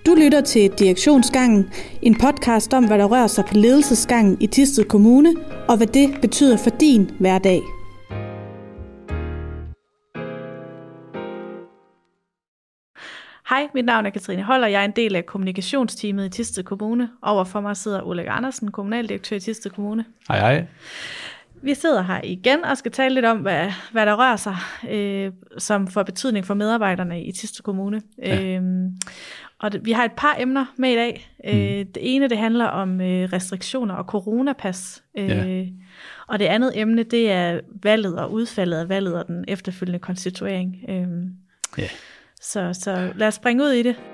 Du lytter til Direktionsgangen, en podcast om, hvad der rører sig på ledelsesgangen i Thisted Kommune, og hvad det betyder for din hverdag. Hej, mit navn er Katrine Holder, jeg er en del af kommunikationsteamet i Thisted Kommune. Overfor mig sidder Ulrik Andersen, kommunaldirektør i Thisted Kommune. Hej, hej. Vi sidder her igen og skal tale lidt om, hvad der rører sig, som får betydning for medarbejderne i Thisted Kommune. Ja. Og vi har et par emner med i dag. Det ene, det handler om restriktioner og coronapas. Og det andet emne, det er valget og udfaldet af valget og den efterfølgende konstituering. Så lad os springe ud i det.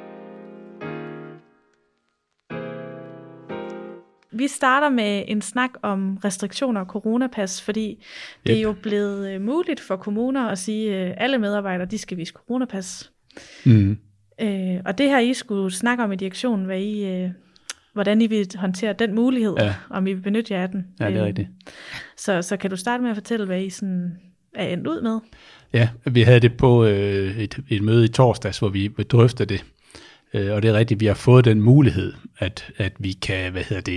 Vi starter med en snak om restriktioner og coronapas, fordi det er jo blevet muligt for kommuner at sige, at alle medarbejdere, de skal vise coronapas. Og det her, I skulle snakke om i direktionen, hvordan I vil håndtere den mulighed, om I vil benytte jer af den. Ja, det er rigtigt. Så kan du starte med at fortælle, hvad I sådan er endt ud med? Ja, vi havde det på et møde i torsdags, hvor vi drøftede det. Og det er rigtigt, vi har fået den mulighed, at vi kan,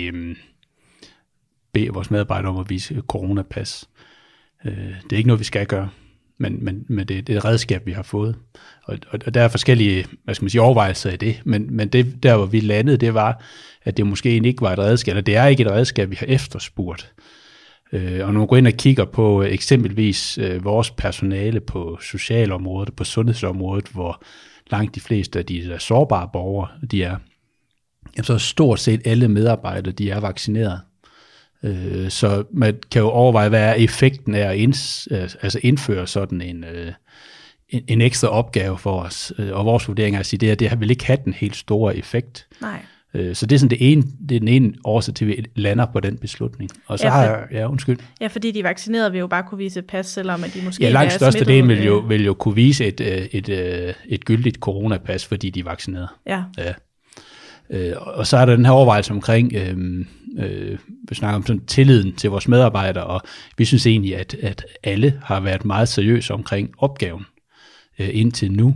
bede vores medarbejdere om at vise coronapas. Det er ikke noget, vi skal gøre, men det er et redskab, vi har fået. Og der er forskellige, overvejelser i det, men det der, hvor vi landede, det var, at det måske ikke var et redskab, eller det er ikke et redskab, vi har efterspurgt. Og når man går ind og kigger på eksempelvis vores personale på socialområdet, på sundhedsområdet, hvor langt de fleste af de der sårbare borgere, de er, så stort set alle medarbejdere, de er vaccineret. Så man kan jo overveje, hvad er effekten af at indføre sådan en ekstra opgave for os. Og vores vurdering er at sige, at det vil ikke have den helt store effekt. Nej. Så det er sådan den ene årsag til, at vi lander på den beslutning. Og så undskyld. Ja, fordi de vaccinerede vil jo bare kunne vise pas, selvom at de måske langt største del vil jo kunne vise et gyldigt coronapas, fordi de er vaccineret. Ja. Og så er der den her overvejelse omkring, vi snakker om sådan tilliden til vores medarbejdere, og vi synes egentlig, at alle har været meget seriøse omkring opgaven indtil nu.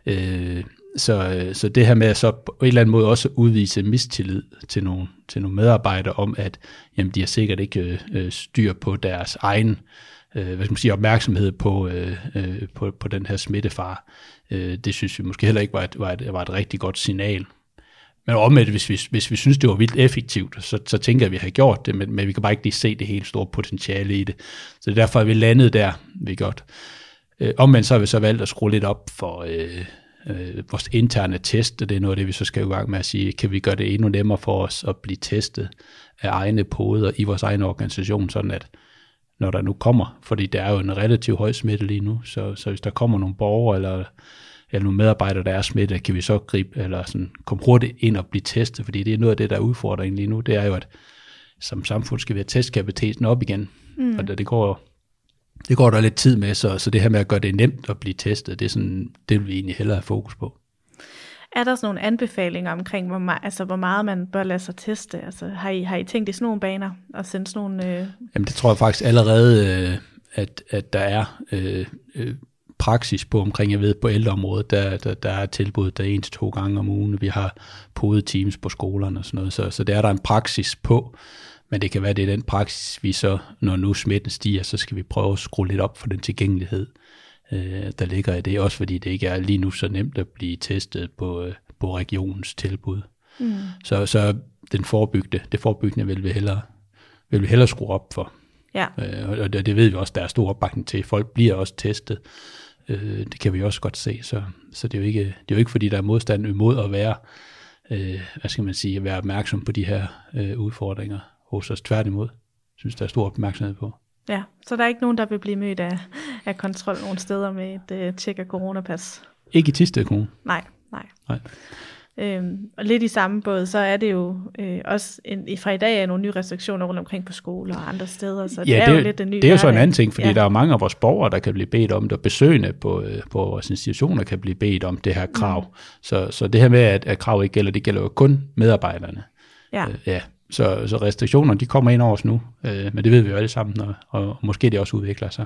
Så det her med at så på en eller anden måde også udvise mistillid til nogle medarbejdere om, at jamen, de har sikkert ikke styr på deres egen opmærksomhed på den her smittefare. Det synes vi måske heller ikke var et rigtig godt signal. Men omvendt, hvis vi synes, det var vildt effektivt, så tænker jeg, at vi har gjort det, men vi kan bare ikke lige se det helt store potentiale i det. Så det er derfor, at vi landede der, vi godt. Omvendt så har vi så valgt at skrue lidt op for vores interne test, og det er noget af det, vi så skal i gang med at sige, kan vi gøre det endnu nemmere for os at blive testet af egne poder i vores egen organisation, sådan at når der nu kommer, fordi der er jo en relativt høj smitte lige nu, så hvis der kommer nogle borgere eller nogle medarbejdere, der er smittet, kan vi så gribe eller sådan komme hurtigt ind og blive testet, fordi det er noget af det, der er udfordringen lige nu, det er jo, at som samfund skal vi have testkapaciteten op igen, og det går der lidt tid med, så det her med at gøre det nemt at blive testet, det vil vi egentlig hellere have fokus på. Er der sådan nogle anbefalinger omkring, hvor meget man bør lade sig teste? Altså, har I tænkt i sådan nogle baner og sendt sådan nogle... Jamen det tror jeg faktisk allerede, at der er praksis på omkring, jeg ved på ældreområdet, der er tilbud der 1 til 2 gange om ugen. Vi har podeteams på skolerne og sådan noget, så der er der en praksis på. Men det kan være, det er den praksis, vi så, når nu smitten stiger, så skal vi prøve at skrue lidt op for den tilgængelighed, der ligger i det. Også fordi det ikke er lige nu så nemt at blive testet på regionens tilbud. Så det forebyggende vil vi hellere skrue op for. Ja. Og det ved vi også, der er stor opbakning til. Folk bliver også testet. Det kan vi også godt se. Så det er jo ikke fordi, der er modstand imod at være, at være opmærksom på de her udfordringer hos os. Tværtimod, synes der er stor opmærksomhed på. Ja, så der er ikke nogen, der vil blive mødt af kontrol nogle steder med et tjek af coronapas? Ikke i Thisted Kommune. Nej. Og lidt i samme båd, så er det jo også fra i dag er nogle nye restriktioner rundt omkring på skoler og andre steder, så det er jo lidt den nye. Det er jo så en anden ting, fordi der er mange af vores borgere, der kan blive bedt om det, og besøgende på vores institutioner kan blive bedt om det her krav. Så det her med, at krav ikke gælder, det gælder jo kun medarbejderne. Så restriktionerne, de kommer ind over os nu, men det ved vi jo alle sammen, og måske det også udvikler sig.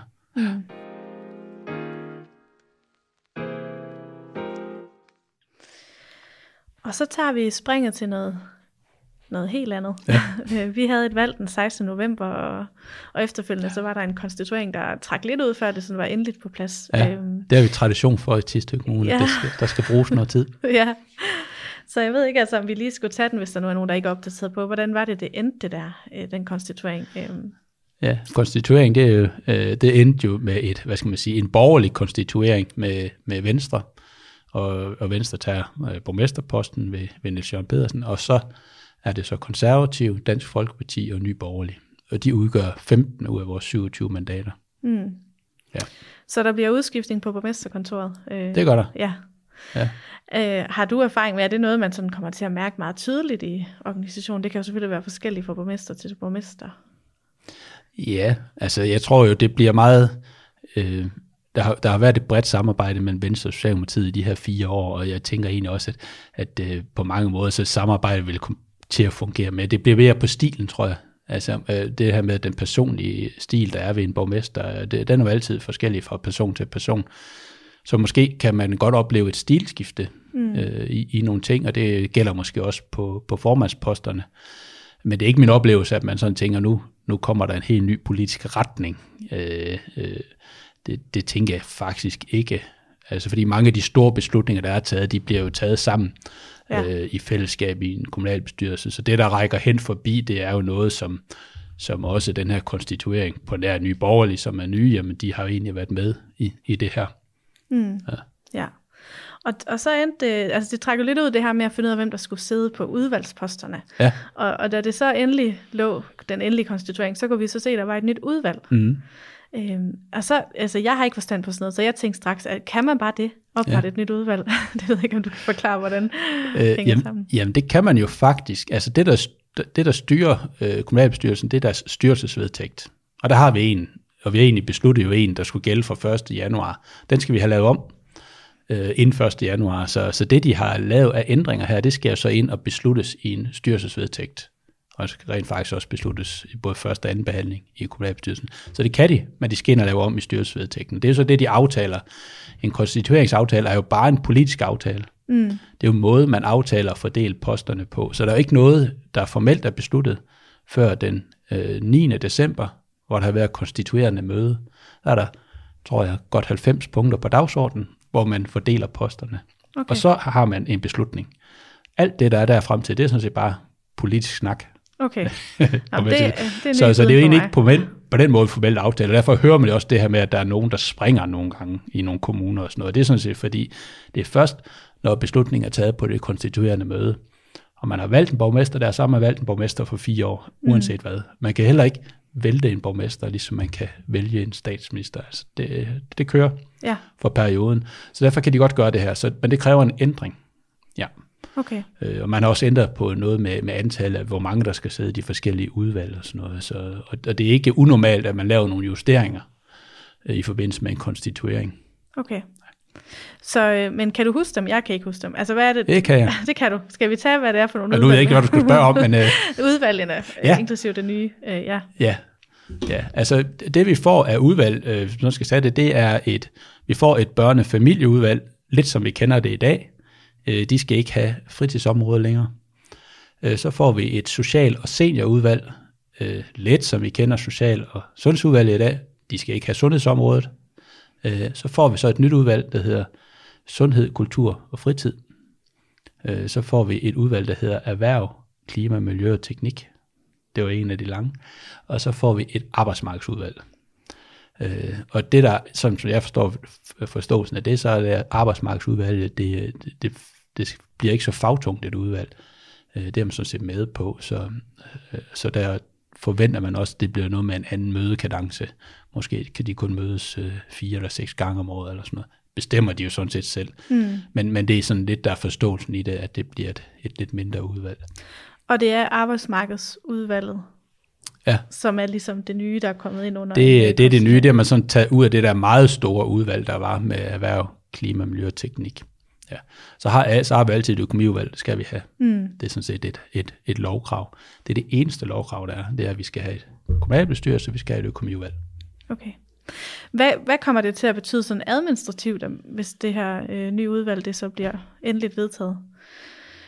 Og så tager vi springet til noget helt andet. Ja. Vi havde et valg den 16. november, og efterfølgende så var der en konstituering, der trak lidt ud, før det sådan var endeligt på plads. Ja, det har vi tradition for i Thisted Kommune, ja. Der skal bruges noget tid. Ja, så jeg ved ikke, altså, om vi lige skulle tage den, hvis der nu er nogen, der ikke er opdateret på. Hvordan var det endte der, den konstituering? Ja, konstituering, det endte jo med en borgerlig konstituering med Venstre, og Venstre tager borgmesterposten ved Niels Jørgen Pedersen, og så er det så Konservativ, Dansk Folkeparti og Nye Borgerlige. Og de udgør 15 ud af vores 27 mandater. Mm. Ja. Så der bliver udskiftning på borgmesterkontoret? Det gør der. Ja. Har du erfaring med, er det noget, man sådan kommer til at mærke meget tydeligt i organisationen? Det kan jo selvfølgelig være forskelligt fra borgmester til borgmester. Ja, altså jeg tror jo, det bliver meget... Der har været et bredt samarbejde mellem Venstre og Socialdemokratiet i de her 4 år, og jeg tænker egentlig også, at på mange måder så samarbejdet vil komme til at fungere med. Det bliver mere på stilen, tror jeg. Altså det her med den personlige stil, der er ved en borgmester, den er jo altid forskellig fra person til person. Så måske kan man godt opleve et stilskifte i nogle ting, og det gælder måske også på formandsposterne. Men det er ikke min oplevelse, at man sådan tænker, nu kommer der en helt ny politisk retning. Det tænker jeg faktisk ikke. Altså fordi mange af de store beslutninger, der er taget, de bliver jo taget sammen i fællesskab i en kommunalbestyrelse. Så det, der rækker hen forbi, det er jo noget, som også den her konstituering på nær Nye Borgerlige, som er nye, jamen de har jo egentlig været med i det her. Mm. Ja. Og så endte altså det trækker lidt ud det her med at finde ud af, hvem der skulle sidde på udvalgsposterne. Ja. Og da det så endelig lå, den endelige konstituering, så kunne vi så se, at der var et nyt udvalg. Mm. Og så, altså jeg har ikke forstand på sådan noget, så jeg tænkte straks, at kan man bare det, oprette et nyt udvalg? Det ved jeg ikke, om du kan forklare, hvordan det hænger sammen. Jamen det kan man jo faktisk. Altså det der styrer kommunalbestyrelsen, det er deres styrelsesvedtægt. Og der har vi en, og vi har egentlig besluttet jo en, der skulle gælde fra 1. januar. Den skal vi have lavet om inden 1. januar. Så det, de har lavet af ændringer her, det skal jo så ind og besluttes i en styrelsesvedtægt. Og det skal rent faktisk også besluttes i både første og anden behandling i kommunalbestyrelsen. Så det kan de, men de skal ind og lave om i styrelsesvedtægten. Det er jo så det, de aftaler. En konstitueringsaftale er jo bare en politisk aftale. Mm. Det er jo en måde, man aftaler at fordele posterne på. Så der er jo ikke noget, der formelt er besluttet før den 9. december, hvor der har været konstituerende møde. Der er der, tror jeg, godt 90 punkter på dagsordenen, hvor man fordeler posterne. Okay. Og så har man en beslutning. Alt det, der er der frem til, det er sådan set bare politisk snak. Okay. Jamen, så det er jo egentlig ikke på den måde formelt aftale. Derfor hører man også det her med, at der er nogen, der springer nogle gange i nogle kommuner og sådan noget. Det er sådan set, fordi det er først, når beslutningen er taget på det konstituerende møde. Og man har valgt en borgmester, så har man valgt en borgmester for 4 år, uanset hvad. Man kan heller ikke vælte en borgmester, ligesom man kan vælge en statsminister. Altså det kører for perioden. Så derfor kan de godt gøre det her. Men det kræver en ændring. Ja. Okay. Og man har også ændret på noget med antallet af, hvor mange der skal sidde i de forskellige udvalg og sådan noget. Og det er ikke unormalt, at man laver nogle justeringer i forbindelse med en konstituering. Okay. Så, men kan du huske dem? Jeg kan ikke huske dem. Altså, hvad er det? Det kan jeg. Det kan du. Skal vi tage, hvad det er for nogle udvalg? Nu ved jeg ikke, hvad du skulle spørge om, men... Udvalgene, inklusive det nye, Ja, altså det vi får af udvalg, hvis man skal sige det er vi får et børnefamilieudvalg, lidt som vi kender det i dag. De skal ikke have fritidsområder længere. Så får vi et social- og seniorudvalg, lidt som vi kender social- og sundhedsudvalget i dag. De skal ikke have sundhedsområdet. Så får vi så et nyt udvalg, der hedder sundhed, kultur og fritid. Så får vi et udvalg, der hedder erhverv, klima, miljø og teknik. Det var en af de lange. Og så får vi et arbejdsmarkedsudvalg. Og det der, som jeg forstår forståelsen af det, så er det arbejdsmarkedsudvalget, det bliver ikke så fagtungt et udvalg. Det er man sådan set med på, så der forventer man også, at det bliver noget med en anden mødekadence. Måske kan de kun mødes 4 eller 6 gange om året eller sådan noget. Bestemmer de jo sådan set selv. Men det er sådan lidt, der er forståelsen i det, at det bliver et lidt mindre udvalg. Og det er arbejdsmarkedsudvalget, som er ligesom det nye, der er kommet ind under. Det er det nye, det har man sådan taget ud af det der meget store udvalg, der var med erhverv, klima, miljø og teknik. Ja. Så har vi altid et økonomiudvalg, det skal vi have. Det er sådan set et lovkrav. Det er det eneste lovkrav, der er. Det er, at vi skal have et kommunalbestyrelse, vi skal have et økonomiudvalg. Okay. Hvad kommer det til at betyde sådan administrativt, hvis det her nye udvalg, det så bliver endeligt vedtaget?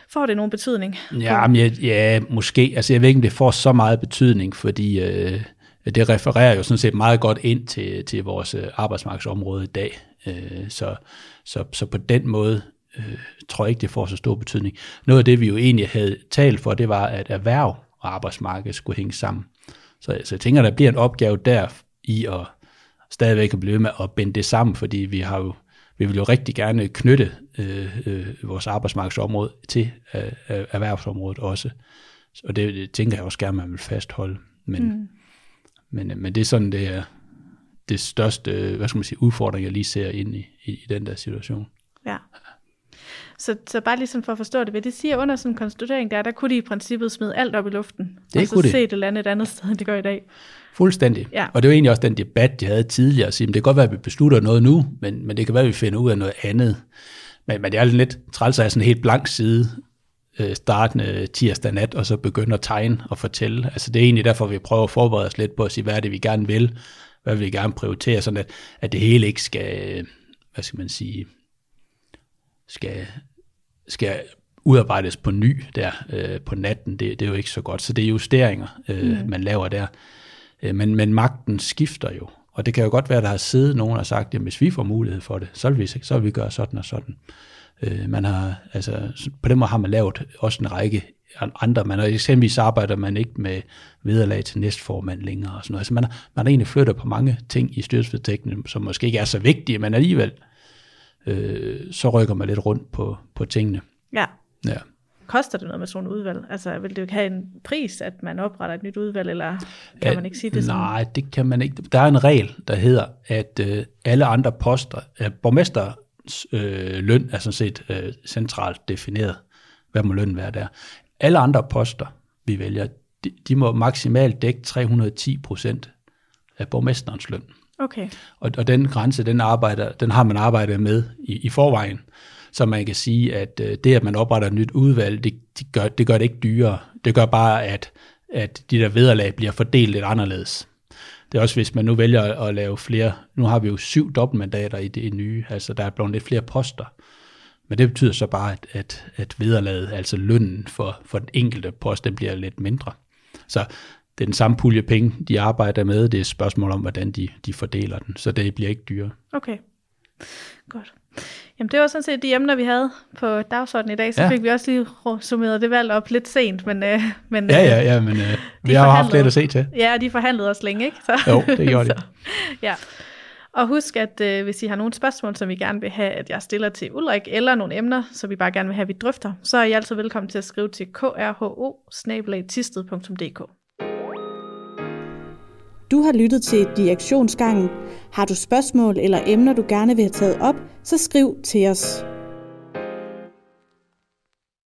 Får det nogen betydning? Ja, måske. Altså jeg ved ikke, om det får så meget betydning, fordi det refererer jo sådan set meget godt ind til vores arbejdsmarkedsområde i dag. Så på den måde tror jeg ikke, det får så stor betydning. Noget af det, vi jo egentlig havde talt for, det var, at erhverv og arbejdsmarked skulle hænge sammen. Så jeg tænker, der bliver en opgave der i at stadigvæk at blive med at binde det sammen, fordi vi vil jo rigtig gerne knytte vores arbejdsmarkedsområde til erhvervsområdet også. Og det tænker jeg også gerne, man vil fastholde. Men det er sådan, det er det største, udfordring, jeg lige ser ind i den der situation. Ja. Så bare ligesom for at forstå det, vil det sige, at under sådan en konstituering der kunne de i princippet smide alt op i luften, og så se det lande et andet sted, end det gør i dag? Fuldstændig. Ja. Og det var egentlig også den debat, jeg havde tidligere, at sige, det kan godt være, at vi beslutter noget nu, men det kan være, at vi finder ud af noget andet. Men det er lidt træls at have sådan en helt blank side, startende tirsdag nat, og så begynde at tegne og fortælle. Altså det er egentlig derfor, vi prøver at forberede os lidt på at sige, hvad er det, vi gerne vil, hvad vil vi gerne prioritere, sådan at det hele ikke skal, skal udarbejdes på ny der på natten. Det er jo ikke så godt. Så det er justeringer, man laver der. Men magten skifter jo. Og det kan jo godt være, at der har siddet nogen og sagt, at hvis vi får mulighed for det, så vil vi gøre sådan og sådan. På den måde har man lavet også en række andre. Man har eksempelvis arbejder man ikke med vederlag til næstformand længere og sådan noget. Altså man har egentlig flyttet på mange ting i styrelsesvedtægten, som måske ikke er så vigtige, men alligevel så rykker man lidt rundt på tingene. Ja. Koster det noget med sådan et udvalg? Altså vil det jo have en pris, at man opretter et nyt udvalg, eller kan man ikke sige det sådan? Nej, det kan man ikke. Der er en regel, der hedder, at alle andre poster, borgmesters løn er sådan set centralt defineret. Hvad må lønnen være der? Alle andre poster, vi vælger, de må maksimalt dække 310% af borgmesterens løn. Okay. Og den grænse, den har man arbejdet med i forvejen. Så man kan sige, at det, at man opretter et nyt udvalg, det gør det ikke dyrere. Det gør bare, at de der vederlag bliver fordelt lidt anderledes. Det er også, hvis man nu vælger at lave flere. Nu har vi jo 7 dobbeltmandater i det nye, altså der er blevet lidt flere poster. Men det betyder så bare, at vederlaget, altså lønnen for den enkelte post, den bliver lidt mindre. Så det er den samme pulje penge, de arbejder med. Det er et spørgsmål om, hvordan de fordeler den. Så det bliver ikke dyrere. Okay, godt. Jamen det var sådan set de emner, vi havde på dagsordenen i dag. Så fik vi også lige summeret det valg op lidt sent. Men vi har jo haft lidt at se til. Ja, de forhandlede os længe, ikke? Så, jo, det gjorde de. Ja. Og husk, at hvis I har nogle spørgsmål, som I gerne vil have, at jeg stiller til Ulrik, eller nogle emner, som vi bare gerne vil have, at vi drøfter, så er I altid velkommen til at skrive til krho@tisted.dk. Du har lyttet til Direktionsgangen. Har du spørgsmål eller emner, du gerne vil have taget op, så skriv til os.